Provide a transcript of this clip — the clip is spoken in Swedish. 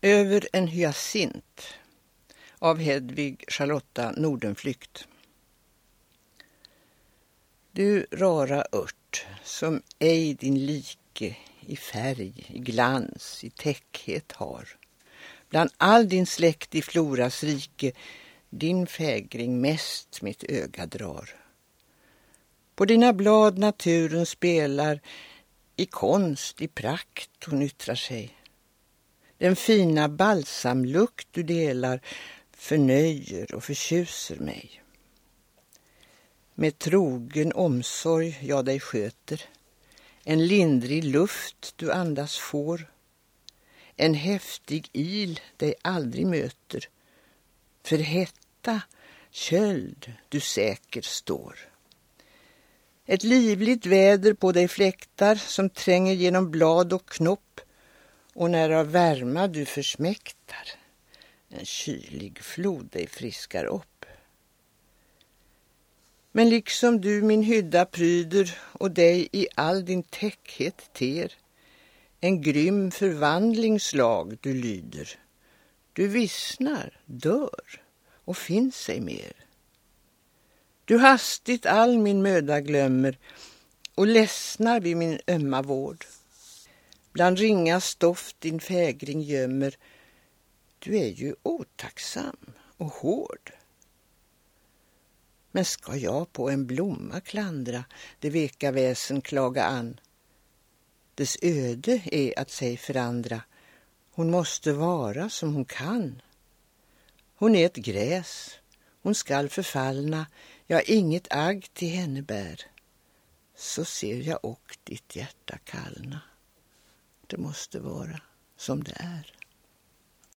Över en hyacint av Hedvig Charlotta Nordenflykt. Du rara ört, som ej din like i färg, i glans, i täckhet har. Bland all din släkt i floras rike, din fägring mest mitt öga drar. På dina blad naturen spelar, i konst, i prakt hon yttrar sig. Den fina balsamlukt du delar förnöjer och förtjuser mig. Med trogen omsorg jag dig sköter, en lindrig luft du andas får, en häftig il dig aldrig möter, för hetta, köld du säker står. Ett livligt väder på dig fläktar som tränger genom blad och knopp, och när av värma du försmäktar, en kylig flod dig friskar upp. Men liksom du min hydda pryder och dig i all din täckhet ter, en grym förvandlingslag du lyder. Du vissnar, dör och finns sig mer. Du hastigt all min möda glömmer och ledsnar vid min ömma vård. Bland ringa stoft din fägring gömmer, du är ju otacksam och hård. Men ska jag på en blomma klandra, det veka väsen klaga an? Dess öde är att sig förandra, hon måste vara som hon kan. Hon är ett gräs, hon skall förfallna, jag inget agg till henne bär. Så ser jag och ditt hjärta kallna. Det måste vara som det är.